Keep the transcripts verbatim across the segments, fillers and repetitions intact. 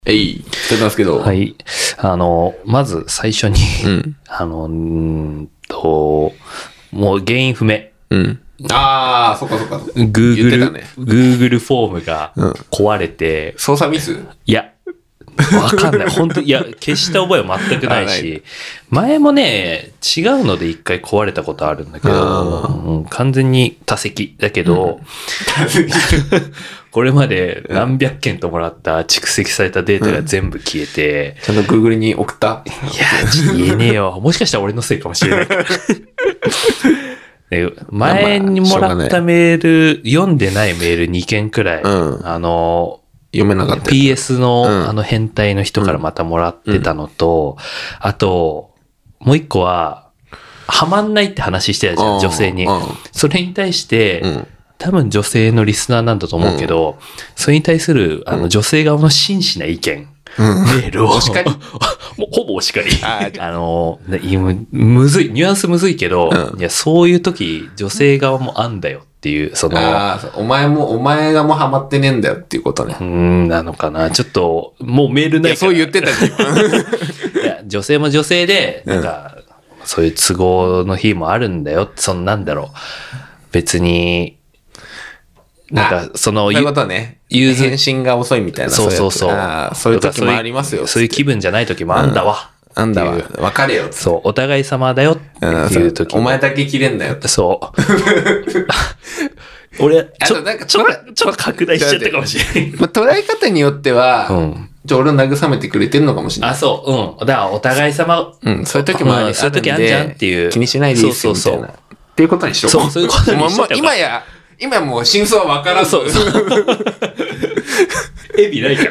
えい、してたんですけど。 はい。あの、まず最初に、うん、あの、んーと、もう原因不明。 うん。ああ、そっかそっか。 Google、ね、Google フォームが壊れて。 うん、操作ミス？ いや、わかんない。本当いや、消した覚えは全くないし、前もね、違うので一回壊れたことあるんだけど、うん、完全に多席だけど、うんこれまで何百件ともらった蓄積されたデータが全部消えて、 うん、ちゃんと Google に送った？ いや、ちょっと言えねえよ。もしかしたら俺のせいかもしれない。で前にもらったメール、読んでないメールにけんくらい、うん、あの、 読めなかった。 ピーエス の、うん、あの変態の人からまたもらってたのと、うん、あと、もう一個は、はまんないって話してたじゃん、女性に。それに対して、うん多分女性のリスナーなんだと思うけど、うん、それに対するあの女性側の真摯な意見、うん、メールを、お叱りもうほぼお叱り。あ, あの、むずい、ニュアンスむずいけど、うん、いや、そういう時、女性側もあんだよっていう、その、 あお前も、お前がもうハマってねえんだよっていうことね。 うん、なのかな。ちょっと、もうメールないから。 いや、そう言ってたじゃん。いや、女性も女性で、なんか、うん、そういう都合の日もあるんだよ。そんなんだろう。別に、なんか、その、 そういうことね。返信が遅いみたいな。 そうそうそう。 あそういう時もありますよ。 そういう気分じゃない時もあんだわ。 あんだわ。別れよ。 そう。お互い様だよっていう時。 お前だけ切れんだよ。 そう。俺、ちょっと、ちょっと拡大しちゃったかもしれない。 まあ、捉え方によっては、うん、ちょ、俺を慰めてくれてるのかもしれない。 あ、そう。うん。だから、お互い様。 うん。そういう時もあるんで、 そういう時あるじゃんっていう。 気にしないでいいですよ、みたいな。っていうことにしよう。 そう、そういうことにしよう。 今や、今もう真相は分からず。そうそう。 エビないから。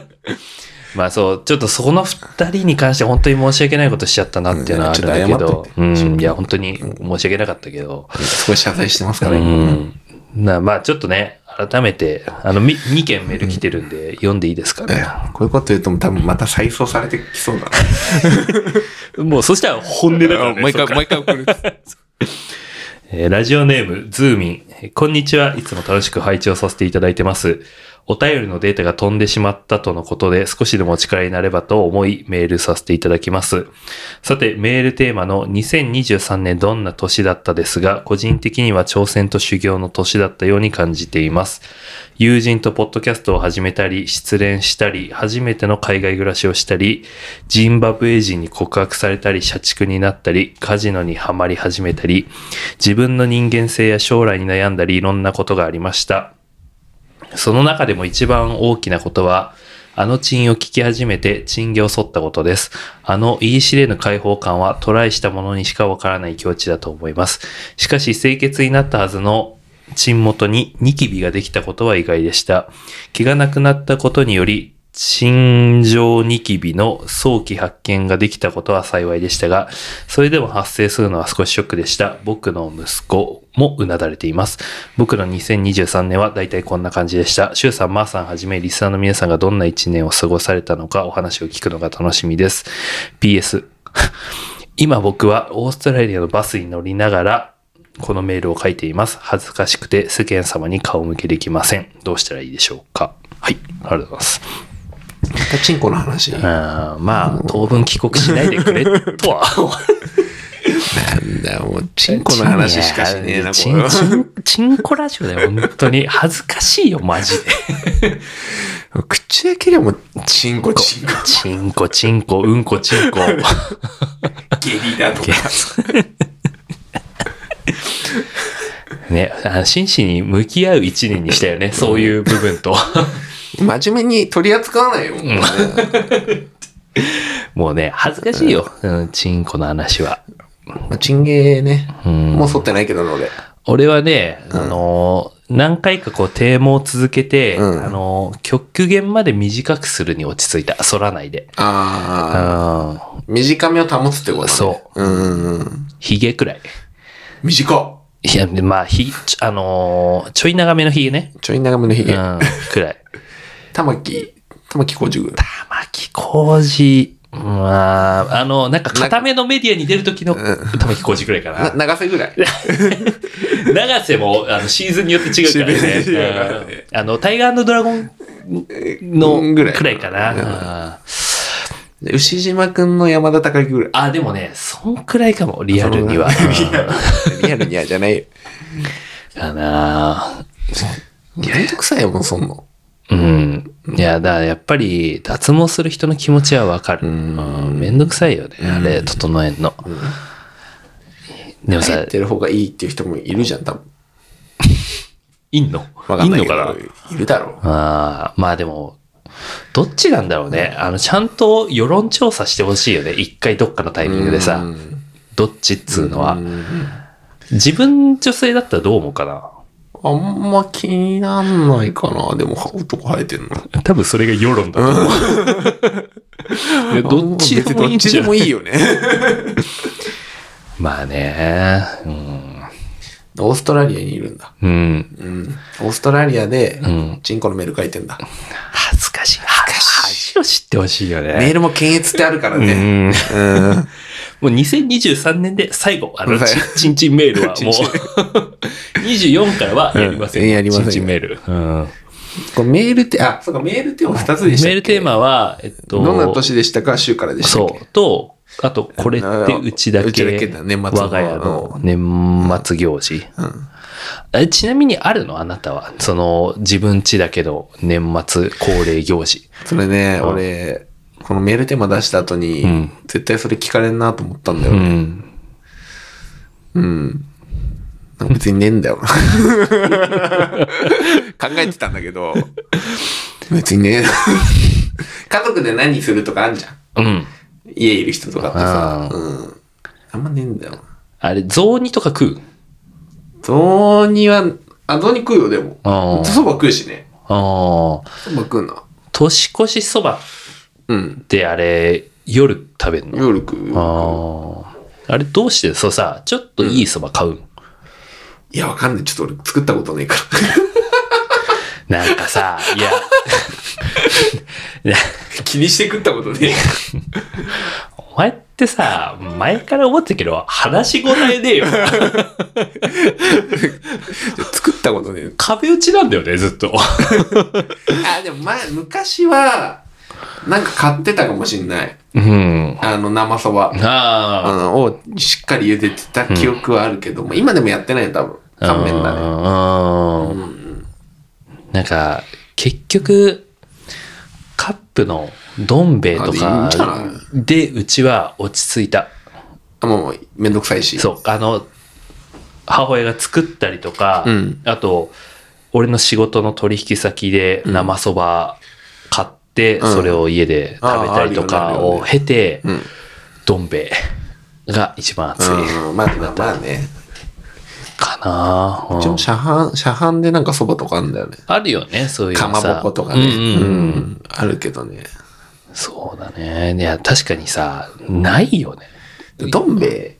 まあそう、ちょっとその二人に関して本当に申し訳ないことしちゃったなっていうのはあるんだけど、うん、いや本当に申し訳なかったけど。 少し謝罪してますからね。 うん。なまあちょっとね、改めて、あの、にけんメール来てるんで、読んでいいですかね。 こういうこと言うと多分また再送されてきそうだな。もうそしたら本音だからね。 もう一回、もう一回送る。 えー、ラジオネーム、ズーミン。こんにちは。いつも楽しく拝聴させていただいてます。お便りのデータが飛んでしまったとのことで少しでもお力になればと思いメールさせていただきます。さて、メールテーマのにせんにじゅうさんねんどんな年だったですが、個人的には挑戦と修行の年だったように感じています。友人とポッドキャストを始めたり、失恋したり、初めての海外暮らしをしたり、ジンバブエ人に告白されたり、社畜になったり、カジノにはまり始めたり、自分の人間性や将来に悩んだり、いろんなことがありました。その中でも一番大きなことは、あのチンを聞き始めてチンゲを剃ったことです。あの言い知れぬ解放感はトライしたものにしかわからない境地だと思います。しかし清潔になったはずのチン元にニキビができたことは意外でした。毛がなくなったことにより、チン状ニキビの早期発見ができたことは幸いでしたが、それでも発生するのは少しショックでした。僕の息子もうなだれています。僕のにせんにじゅうさんねんはだいたいこんな感じでした。シュウさん、マーさんはじめリスナーの皆さんがどんないちねんを過ごされたのかお話を聞くのが楽しみです。ピーエス 今僕はオーストラリアのバスに乗りながらこのメールを書いています。恥ずかしくて世間様に顔向けできません。どうしたらいいでしょうか。はい、ありがとうございます。 またチンコの話。 あまあ、当分帰国しないでくれとは。 なんだ、もう、チンコの話しかしねえな、 チン、チン、チンコラジオだよ、本当に。恥ずかしいよ、マジで。 口開けりゃもう、チンコ、チンコ。 チンコ、チンコ、うんこ、チンコ。 下痢だとか。 ね、真摯に向き合う一年にしたよね、そういう部分と。 真面目に取り扱わないよ。もうね、 もうね恥ずかしいよ、うん、チンコの話は。 チンゲーね、うん、もう剃ってないけど俺。 俺はね、うん、あのー、何回かこう堤毛を続けて、うん、あのー、極限まで短くするに落ち着いた。反らないで。 ああ。短めを保つってことね。 そう。うん。ヒゲくらい。 短っ。 いや、まあ、ひ、あのー、ちょい長めのヒゲね。 ちょい長めのヒゲ。 うん、くらい。 玉木、玉木浩二ぐらい。 玉木浩二。まあ、あの、なんか、固めのメディアに出るときの玉木浩二くらいかな。 な長瀬ぐらい。 長瀬も、あの、シーズンによって違うからね。あの、タイガー&ドラゴンのぐらいくらいかな。 で牛島くんの山田孝之ぐらい。 あ、でもね、そんくらいかも、リアルには。 リアルにはじゃないよ。 かな。 めんどくさいよ、もうそんな。 うん。いや、だからやっぱり、脱毛する人の気持ちはわかる。うん。めんどくさいよね、あれ、整えんの。うん、でもさ、 やってる方がいいっていう人もいるじゃん、多分。 いんのいんのかな。 いるだろう。 ああ、まあでも、どっちなんだろうね。あの、ちゃんと世論調査してほしいよね。一回どっかのタイミングでさ。どっちっつうのは。自分女性だったらどう思うかな。 あんま気になんないかな。でも、男生えてんの。 多分それが世論だと思う。どっちでもいいんじゃん。 どっちでもいいよね。 まあね。うん。 オーストラリアにいるんだ。 うん。うんうん。オーストラリアで、チンコのメール書いてんだ。 恥ずかしい。恥ずかしい。恥を知ってほしいよね。 メールも検閲ってあるからね。うん。うん、 もうにせんにじゅうさんねんで最後、あの、チンチンメールはもう、にじゅうよんからはやりません。うん、 やりません。 チンチンメール。うん。 これメールって、あ、そうか、メールテーマふたつでしたっけ？ メールテーマは、えっと、 どんな年でしたか、週からでしたっけ？ そう。と、あと、これってうちだけ、 うちだけだ、年末我が家の年末行事。うんうん、ちなみにあるのあなたは。その、自分家だけど、年末恒例行事。 それね、うん、俺、このメールテーマ出した後に、うん、絶対それ聞かれんなと思ったんだよね。うん。うん。別にねえんだよな。考えてたんだけど、別にねえ。家族で何するとかあんじゃん。うん。家いる人とかってさ、うん。あんまねえんだよ。 あれ、雑煮とか食う？ 雑煮は、あ、雑煮食うよ、でも。そば食うしね。ああ。そば食うな。 年越しそばってあれ、夜食べるの？ 夜食う。 ああ。あれどうしてそうさ、ちょっといいそば買うの？うん、 いや、わかんない。ちょっと俺作ったことないから。 なんかさ、いや。 気にして食ったことねえ。 お前ってさ、前から思ってたけど、話し応えねえよ。 作ったことねえ。 壁打ちなんだよね、ずっと。 あ、でも前、昔は、なんか買ってたかもしんない。うん。あの、生そば。ああ。の、をしっかり茹でてた記憶はあるけども、うん、今でもやってないよ、多分。乾麺だね。うん。 なんか、結局、カップのどん兵衛とかでうちは落ち着いた。 あ、もうめんどくさいし。 そう、あの、母親が作ったりとか、うん、あと、俺の仕事の取引先で生そば買って、うん、それを家で食べたりとかを経て、うん、どん兵衛が一番熱い。 うん、まあまあまあね。 かなぁ。 うちも車販、車販でなんかそばとかあるんだよね。 あるよね、そういうのさ。かまぼことかね。うん、うんうん、あるけどね。 そうだね。いや、確かにさ、ないよね。 どん兵衛。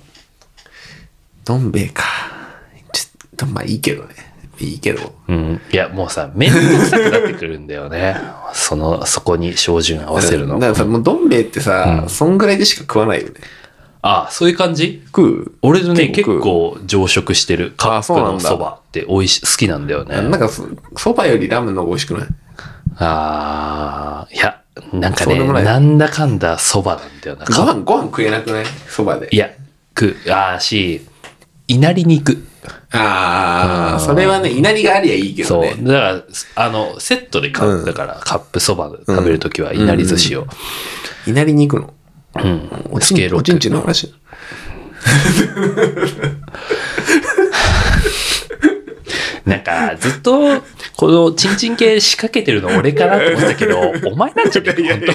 どん兵衛か。ちょっと、まあいいけどね。いいけど。 うん。いや、もうさ、めんどくさくなってくるんだよね。その、そこに照準合わせるの。 だからさ、もうどん兵衛ってさ、うん、そんぐらいでしか食わないよね。 ああ、そういう感じ？ 食う？ 俺のね、結構常食してる。カップのそばって美味し、好きなんだよね。 なんか、そばよりラムの方が美味しくない？ ああ、いや、なんかね、なんだかんだそばなんだよな。 ご飯、ご飯食えなくない？そばで。 いや、食う。ああ、し、いなり肉。 ああ、それはね、いなりがありゃいいけどね。 そう。だから、あの、セットで買う。だから、カップそば食べるときはいなり寿司を。 いなりに行くの？ うん。 おちん、おちんちんの話。 なんか、ずっと、このチンチン系仕掛けてるの俺かなと思ったけど、お前なんじゃねえか、ほんと。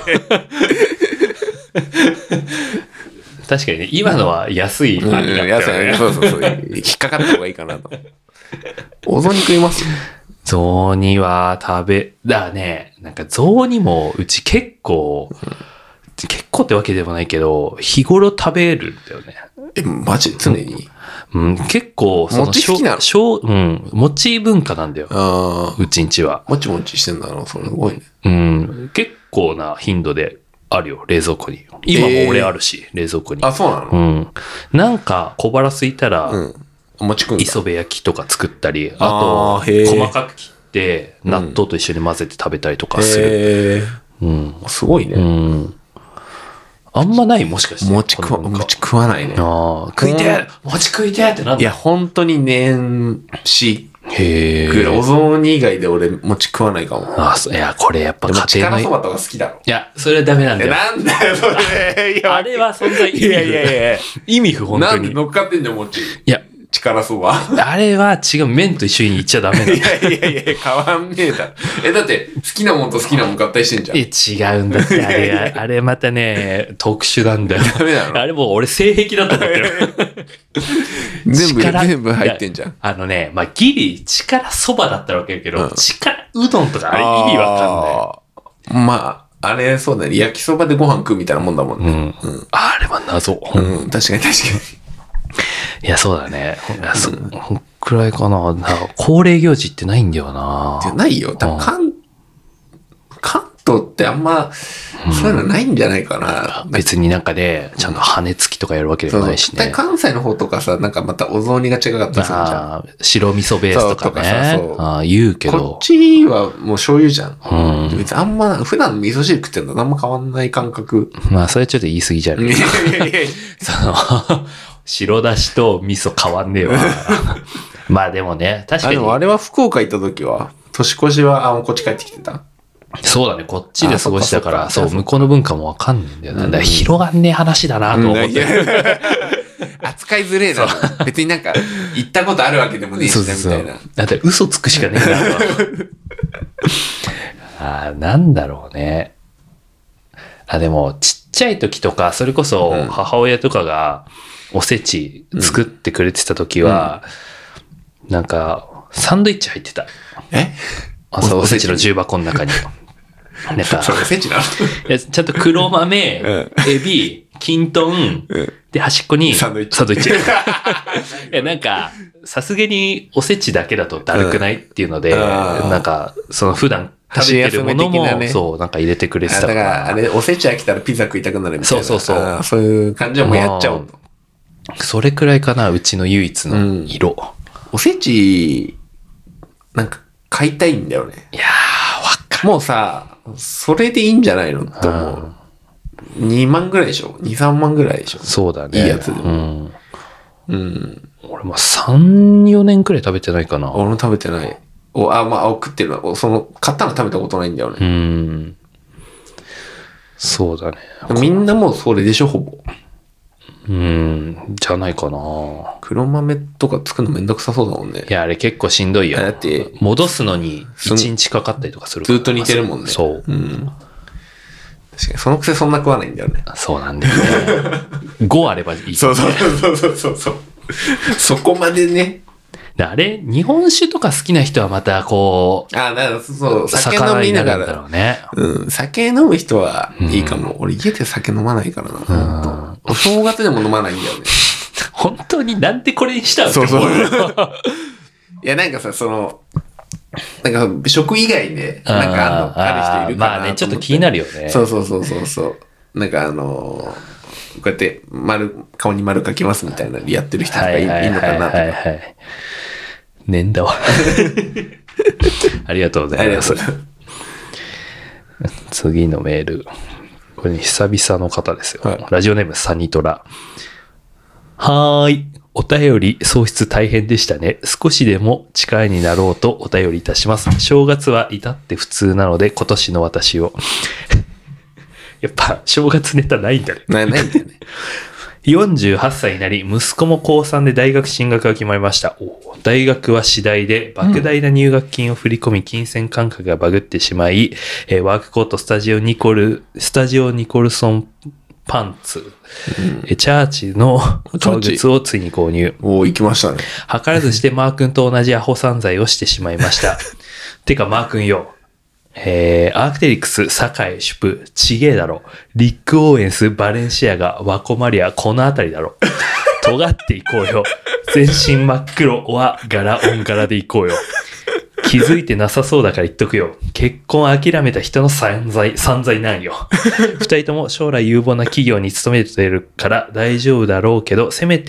確かにね、今のは安い網だったよね、 うん、そうそうそう。引っかかった方がいいかなと。お雑煮食います？ 雑煮は食べ、だからね、なんか雑煮もうち結構、うん、結構ってわけでもないけど、日頃食べるんだよね。 え、マジ？常に？ うん、結構、その、 餅好きなの？ 小、うん、餅文化なんだよ。 あうちんちは。 もちもちしてんだろう、それすごいね。 うん、結構な頻度であるよ、冷蔵庫に。今も俺あるし、えー、冷蔵庫に。 あ、そうなの？ うん。なんか小腹空いたら、 うん、餅食うんだ。 磯辺焼きとか作ったり、あと、細かく切っって納豆と一緒に混ぜて食べたりとかする。 へうん。 すごいね。 うん。あんまないもしかして。 餅食わ、餅食わないね。 ああ、食いて餅食いてってなんだ。 いや、本当に年始へぐらい。お雑煮以外で俺餅食わないかも。 ああ、いや、これやっぱ家庭の。力そばとか好きだろ。 いや、それはダメなんだよ。 なんだよ、それ。 いやあれは存在意味不。いやいやいや意味不、本当に。 なんで乗っかってんだよ、餅。いや。 力そば。 あれは違う、麺と一緒にいっちゃダメだ。 いやいやいや、変わんねえだろ。え、だって好きなもんと好きなもん合体してんじゃん。 え、違うんだって、あれ、あれまたね、特殊なんだよ。 ダメなの？ あれもう俺性癖だと思ってる。 全部、全部入ってんじゃん。 あのね、まあ、ギリ力そばだったらわけるけど、うん、力うどんとかあれ意味わかんない。まあ、あれそうだね。焼きそばでご飯食うみたいなもんだもんね。 うん。うん、あれは謎。 うん、確かに確かに。 いや、そうだね。そんくらいかな。なんか恒例行事ってないんだよな。 ないよ。多分関、関東ってあんま、そういうのないんじゃないかな。 うん、別になんかね、ちゃんと羽根付きとかやるわけでもないしね。 そうそう。関西の方とかさ、なんかまたお雑煮が違かったりするじゃん。 白味噌ベースとかね。そうとかさ、あ言うけど。 こっちはもう醤油じゃん。 うん。 別にあんま、普段味噌汁食ってんのあんま変わんない感覚。 まあ、それちょっと言い過ぎじゃねえか。いやいやいやその、白だしと味噌変わんねえわ。まあでもね、確かに。 あ、でもあれは福岡行った時は、年越しは、あ、こっち帰ってきてた。 そうだね、こっちで過ごしたから、そう、向こうの文化もわかんねえんだよな。だから広がんねえ話だなと思って。 扱いづれえな。別になんか、行ったことあるわけでもねえしな、みたいな。 だって嘘つくしかねえなと。ああ、なんだろうね。あ、でも、ちっちゃい時とか、それこそ母親とかがおせち作ってくれてた時は、うん、なんか、サンドイッチ入ってた。 えあ、そう、おせちの重箱の中に。なんか、 それおせちなの？ いや、ちゃんと黒豆、うん、エビ、きんとん、うん、で、端っこにサンドイッチ。 サンドイッチ。いや、なんか、さすがにおせちだけだとだるくないっていうので、うん、なんか、その普段食べてるものも、ね、そう、なんか入れてくれてたから。 だから、あれ、おせち飽きたらピザ食いたくなるみたいな。 そうそうそう。 そういう感じはもうやっちゃおうと。 それくらいかな、うちの唯一の色。うん、 おせち、なんか買いたいんだよね。 いやー、わかる。 もうさ、それでいいんじゃないのって思う。にまんぐらいでしょ ?に、さんまんぐらいでしょそうだね。 いいやつでも。 うん。 うん。 俺もさん、よねんくらい食べてないかな。 俺も食べてない。お、あ、まあ、食ってるの。その、買ったの食べたことないんだよね。 うん。そうだね。 みんなもうそれでしょ、ほぼ。 うん、じゃないかな。 黒豆とか作るのめんどくさそうだもんね。 いや、あれ結構しんどいよ。 だって、 戻すのにいちにちかかったりとかするから。 ずっと似てるもんね。 そう。 うん。確かに、そのくせそんな食わないんだよね。 そうなんだよね。ごあればいい、ね。 そうそうそうそうそうそう。そこまでね。 あれ日本酒とか好きな人はまたこう。 あ、だからそう、酒飲みながら。 だろうね。 うん。酒飲む人はいいかも。うん、俺家で酒飲まないからな。うん、お正月でも飲まないんだよね。 本当になんでこれにしたの？ そうそう。いや、なんかさ、その、なんか食以外で、なんかあの、ある人いるかな。 まあね、ちょっと気になるよね。 そうそうそうそうそう。なんかあのー、こうやって丸、顔に丸描きますみたいなのやってる人とかいいのかなとか。はいはいはい。ねんだわ。ありがとうございます。次のメール。これ、ね、久々の方ですよ。はい、ラジオネームサニトラ。はーい。お便り喪失大変でしたね。少しでも力になろうとお便りいたします。正月は至って普通なので今年の私を。やっぱ正月ネタないんだね。 ないんだよね。 よんじゅうはっさいになり、息子もこうさんで大学進学が決まりました。大学は次第で、莫大な入学金を振り込み、金銭感覚がバグってしまい、えー、ワークコート、スタジオニコル、スタジオニコルソンパンツ、うん、チャーチの革靴をついに購入。 おー、行きましたね。 図らずしてマー君と同じアホ散財をしてしまいました。てか、マー君よ。えー、アークテリクス、堺、シュプ、ちげえだろ。リック・オーエンス、バレンシアガ、ワコマリア、このあたりだろ。尖っていこうよ。全身真っ黒は柄、オン柄でいこうよ。気づいてなさそうだから言っとくよ。結婚諦めた人の散財、散財なんよ。二人とも将来有望な企業に勤めてるから大丈夫だろうけど、せめて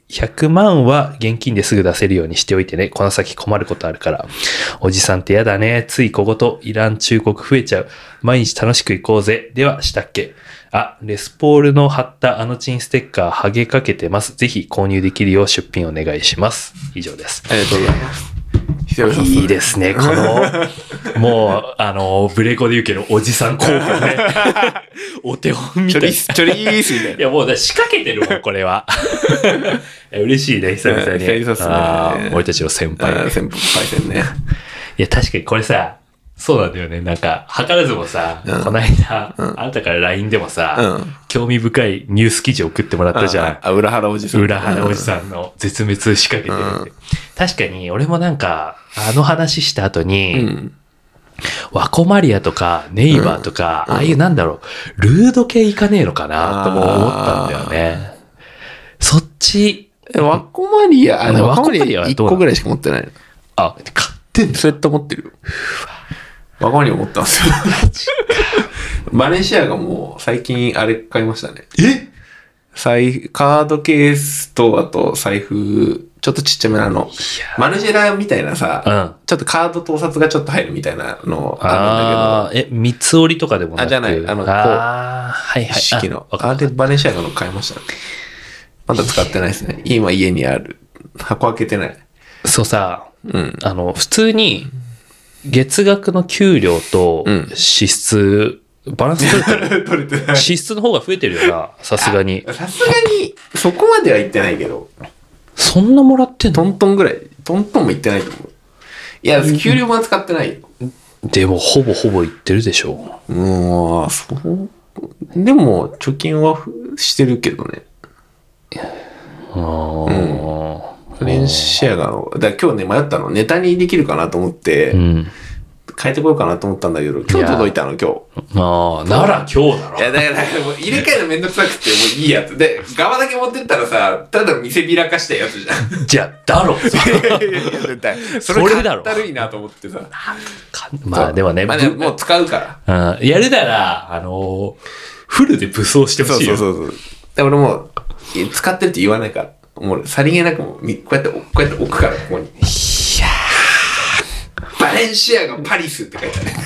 ひゃくまんは現金ですぐ出せるようにしておいてね。この先困ることあるから。おじさんってやだね。つい小言、イラン忠告増えちゃう。毎日楽しく行こうぜ。では、したっけ。あ、レスポールの貼ったあのチンステッカー、ハゲかけてます。ぜひ購入できるよう出品お願いします。以上です。 ありがとうございます。 いいですね。この、もう、あの、ブレコで言うけど、おじさん候補ね。お手本みたいな。 ちょりーすみたいな。 いや、もう仕掛けてるもん、これは。嬉しいね、久々に。 久々っすね。 俺たちの先輩。 先輩戦ね。 いや、確かにこれさ、そうなんだよね。なんか、図らずもさ、うん、この間、うん、あなたから ライン でもさ、うん、興味深いニュース記事送ってもらったじゃん。 あ、裏腹おじさん。 裏腹おじさんの絶滅仕掛けてるって。確かに、俺もなんか、あの話した後に、うん、ワコマリアとか、ネイバーとか、うん、ああいうなんだろう、ルード系いかねえのかなとも思ったんだよね。そっち。 ワコマリア、あの、ワコマリアいっこぐらいしか持ってないの。 あ、買ってんの？ それと持ってるよ。ワコマリア持ったんですよ。バレンシアがもう最近あれ買いましたね。 え？ 財カードケースと、あと財布、ちょっとちっちゃめなの。マルジェラみたいなさ、うん、ちょっとカードとお札がちょっと入るみたいなのあるんだけど。あえ、三つ折りとかでもなくあ、じゃない。あの、こう、 あはいはい。 式の。あれ、バレンシアガの買いましたね。まだ使ってないですね。今家にある。箱開けてない。 そうさ、うん、あの、普通に、月額の給料と支出、うん、バランス取れてる取れてない。支出の方が増えてるよな、さすがに。 さすがに、そこまでは言ってないけど。 そんなもらってんの？ トントンぐらい。トントンも言ってないと思う。いや、給料版使ってないよ。 でも、ほぼほぼ言ってるでしょ。 もう、そう。でも、貯金はしてるけどね。ああ。うんバレンシアガの、だから今日ね、迷ったの。ネタにできるかなと思って、うん、変えてこようかなと思ったんだけど、今日届いたの、今日。 ああ、なら今日だろ。 いや、だから、もう入れ替えるのめんどくさくて、もういいやつ。で、側だけ持ってったらさ、ただ見せびらかしたやつじゃん。 じゃあ、だろ。 いやいやいや、絶対。それだろ。かったるいなと思ってさ。 まあでもね、 まあ、ねもう使うから。うん。やるなら、あのー、フルで武装してほしいよ。 そうそうそうそう。で、俺もう、使ってるって言わないから。もうさりげなくもこうやってこうやって置くからここに。いやーバレンシアガパリスって書いてある。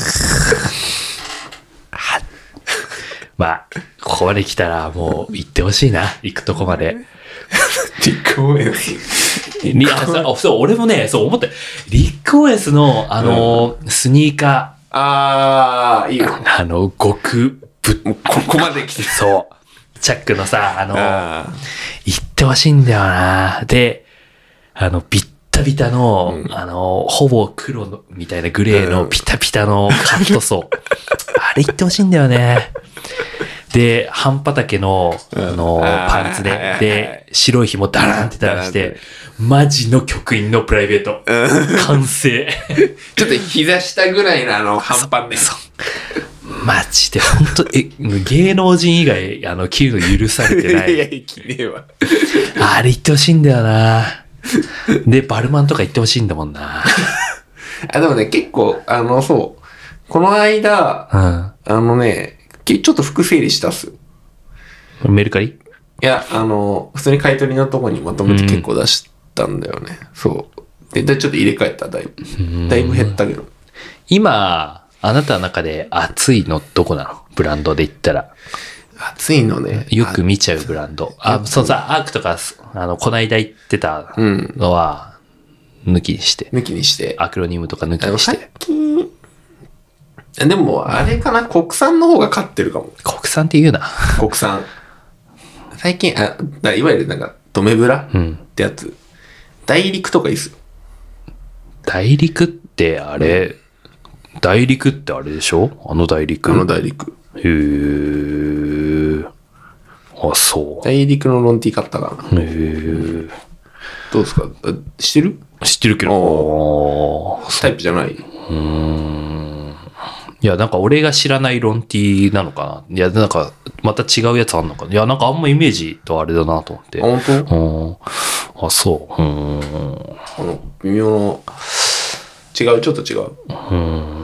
まあここまで来たらもう行ってほしいな行くとこまで。 リックオーエンス。 いやそうそう俺もねそう思ってリックオーエンスのあの、うん、スニーカーああいいよあの極ぶもうここまで来てそうチャックのさあのあ行ってほしいんだよな。で、あの、ビッタビタの、うん、あの、ほぼ黒の、みたいなグレーのピタピタのカットソー。うん、あれ行ってほしいんだよね。で、半端丈の、あの、パンツで、で、白い紐ダランって垂らして、マジの局員のプライベート。完成。 ちょっと膝下ぐらいのあの、半パンね。そうマジで、ほんと、え、芸能人以外、あの、着るの許されてない。 いや、着ねえわ。 あれ言ってほしいんだよな。で、バルマンとか言ってほしいんだもんな。 あ、でもね、結構、あの、そう。この間、うん、あのね、ちょっと服整理したっすよ。 メルカリ？ いや、あの、普通に買い取りのとこにまとめて結構出したんだよね。うん、そう。で、でちょっと入れ替えた、だいぶ。だいぶ減ったけど。 今、あなたの中で熱いのどこなの？ブランドで言ったら。 熱いのね。 よく見ちゃうブランド。あ、そうさ、アークとか、あの、こないだ言ってたのは、抜きにして。 抜きにして。 アクロニムとか抜きにして。 最近、でも、あれかな、国産の方が勝ってるかも。 国産って言うな。 国産。最近、あ、いわゆるなんか、ドメブラ、うん、ってやつ。大陸とかいいっすよ。 大陸ってあれ、うん、大陸ってあれでしょ？あの大陸。 あの大陸。 へー。あ、そう。 大陸のロンティ買ったかな。 へー。 どうですか？知ってる？ 知ってるけど。 タイプじゃない？うーん。いや、なんか俺が知らないロンティなのかな。いや、なんかまた違うやつあんのかな。いや、なんかあんまイメージとあれだなと思って。 あ、本当？ うん。あ、そう。うん。 あの、微妙な、違う、ちょっと違う。 うん。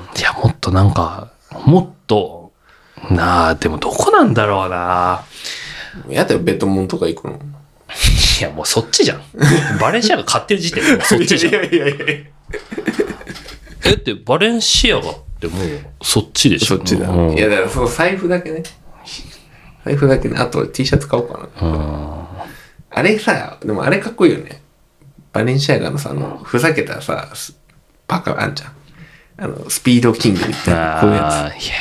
いや、もっとなんか、もっと、なあ、でもどこなんだろうな。 やったらベトモンとか行くの？いいや、もうそっちじゃん。バレンシアガ買ってる時点でもうそっちじゃん。いやいやいやいや。えってバレンシアガってもうそっちでしょ。 そっちだ。うん、いやだからその財布だけね。財布だけね。あと T シャツ買おうかな。うん、あれさ、でもあれかっこいいよね。バレンシアガのさ、あの、ふざけたさ、バカあんじゃん。あの、スピードキングみたいな、こういうやつ。いや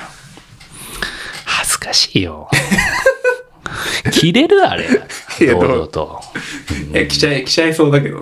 恥ずかしいよ。着れるあれ。いや、どうと。 いや、着ちゃい、着ちゃいそうだけど。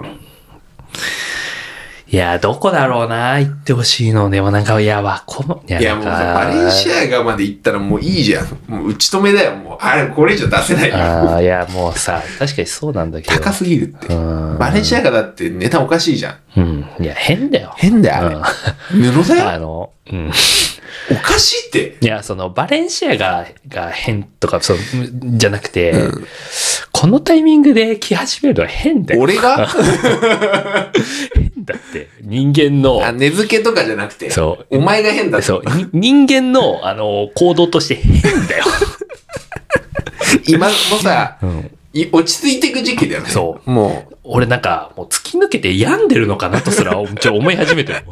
いや、どこだろうな、行ってほしいの。でもなんか、いや、わ、この、 いや、いやもうさ、バレンシアガまで行ったらもういいじゃん。もう打ち止めだよ、もう。あれ、これ以上出せないよ。 ああ、いや、もうさ、確かにそうなんだけど。 高すぎるって。バレンシアガだって値段おかしいじゃん。 うん。いや、変だよ。 変だよ、あれ。布だよ。 あの、うん。 おかしいって。 いや、その、バレンシアガが変とか、そう、じゃなくて、うん、このタイミングで着始めるのは変だよ。 俺が変だって。人間の。 あ、根付けとかじゃなくて。そう。お前が変だって。 そう。人間の、あの、行動として変だよ。 今もさ、うん、落ち着いていく時期だよね。 そう。 もう。 俺なんか、もう突き抜けて病んでるのかなとすら、ちょっと思い始めてる。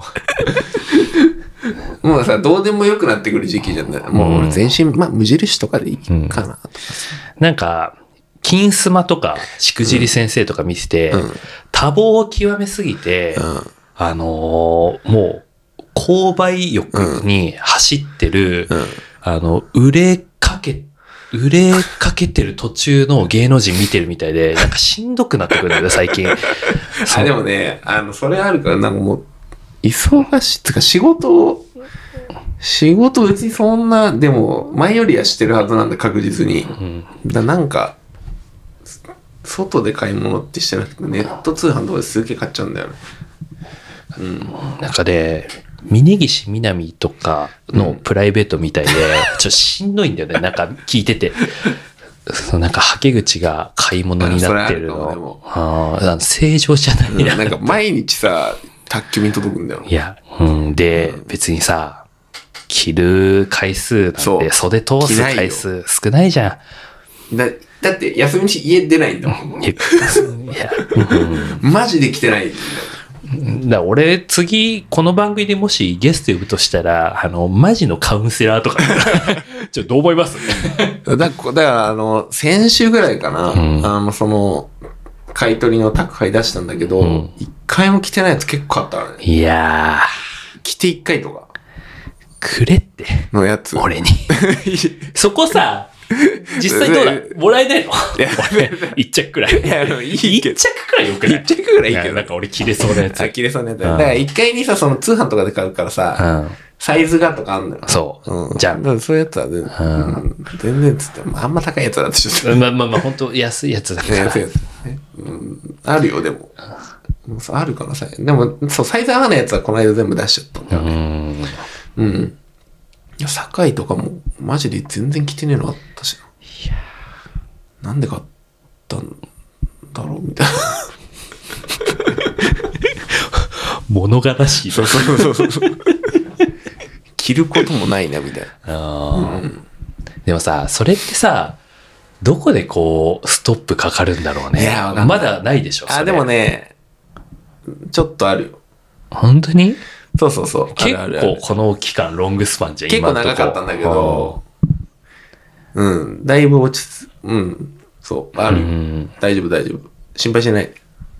もうさ、どうでもよくなってくる時期じゃない。もう俺全身、まあ無印とかでいいかなとか、うん、 なんか、金スマとか、しくじり先生とか見てて、うん、多忙を極めすぎて、うん、あのー、もう、購買欲に走ってる、うん、あの、売れかけ、売れかけてる途中の芸能人見てるみたいで、なんかしんどくなってくるんだよ、最近。 あ、でもね、あの、それあるから、なんかもう、忙しい、つか仕事を、仕事別にそんな、でも、前よりはしてるはずなんだ、確実に。うん、だなんか、外で買い物ってしてなくて、ネット通販とかですげえ買っちゃうんだよね。 うん。なんかで、峯岸みなみとかのプライベートみたいで、うん、ちょっとしんどいんだよね、なんか聞いてて。そのなんか、はけ口が買い物になってるの。ああ、正常じゃないな、 うん。なんか毎日さ、宅急便届くんだよ。 いや、うん。で、うん、別にさ、着る回数なんて袖通す回数少ないじゃん。だだって休みに家出ないんだもん。いや、うん、マジで来てないんだよ。 だ俺次この番組でもしゲスト呼ぶとしたらあのマジのカウンセラーとかちょっとどう思いますだだからあの先週ぐらいかな、うん、あのその買い取りの宅配出したんだけど、うん、一回も着てないやつ結構あったからね。 いやー着て一回とかくれってのやつ俺にそこさ実際どうだもらえないの一着くらい。いや、いい一着くらいよくない一着くらいいいけど。 なんか俺着れそうなやつ。 あ、着れそうなやつ。だから一回にさ、その通販とかで買うからさ、うん、サイズがとかあんのよ。 そう。うん、じゃあ。そういうやつは全然、うん、全然つっても、あんま高いやつだってちょっと。 まあまあまあ、ほんと安いやつだから。安いやつ、 ねうん。あるよ、でも。あるかな、さ。でも、そう、サイズ合わないやつはこの間全部出しちゃったんだよね。うん。うん。いや、堺とかも、マジで全然着てねえのあったしな。いやなんで買ったんだろうみたいな。 物悲しい。 そうそうそうそう。着ることもないな、みたいな。 あうん、でもさ、それってさ、どこでこう、ストップかかるんだろうね。いや、まだないでしょ。 あ、でもね、ちょっとあるよ。 本当にそうそうそう。 結構この期間ロングスパンじゃん。 結構長かったんだけど、うん、だいぶ落ち着、うん、そう、ある、うん、大丈夫大丈夫。心配してない。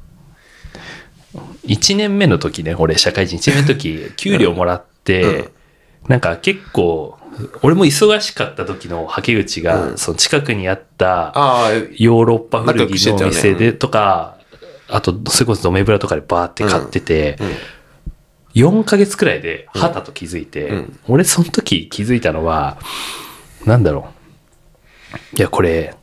いちねんめの時ね、俺社会人いちねんめの時、給料もらって、うん、なんか結構、俺も忙しかった時のはけ口が、うん、その近くにあったヨーロッパ古着のお店でとか、あとそれこそドメブラとかでバーって買ってて、うんうんよんかげつくらいではたと気づいて、うん、俺その時気づいたのは、なんだろう。いや、これ、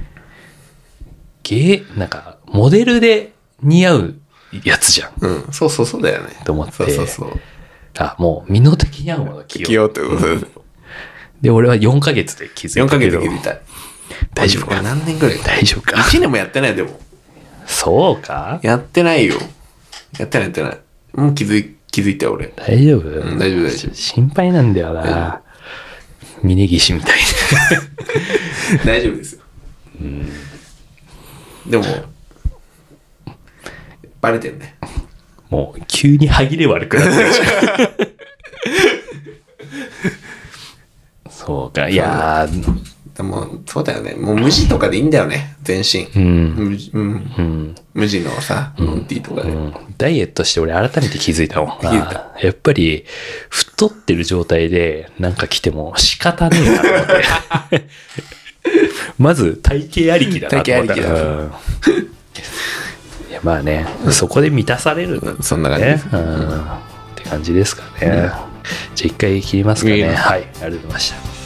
ゲー、なんか、モデルで似合うやつじゃん。 うん、そうそうそうだよね。 と思って。 そうそうそう。 あ、もう、身の丈に合うもの着よう。 着ようってことで、うん。 で、俺はよんかげつで気づいた。 よんかげつで気づいた。 大丈夫か何年ぐらい大丈夫か ?いち 年もやってないでも。 そうかやってないよ。やってないやってない。もう気づい気づいた俺。 大丈夫、 うん、大丈夫大丈夫。 心配なんだよな。峯岸みたいな。大丈夫ですよ。うん、でも、 バレてんね。 もう急に歯切れ悪くなってるじゃん。そうか、いやー。 でも、そうだよね。もう無地とかでいいんだよね、全身。うん。無地、うん。うん、無地のさ、モンティとかで、うん。 ダイエットして俺改めて気づいたもん。気づいた。やっぱり、太ってる状態でなんか着ても仕方ねえなと思って。まず体型ありきだなと思った。体型ありきだな。うんいやまあね、うん、そこで満たされる、ね、 そんな感じです、 うん、って感じですかね、うん、じゃあ一回切りますかね、はい、ありがとうございました。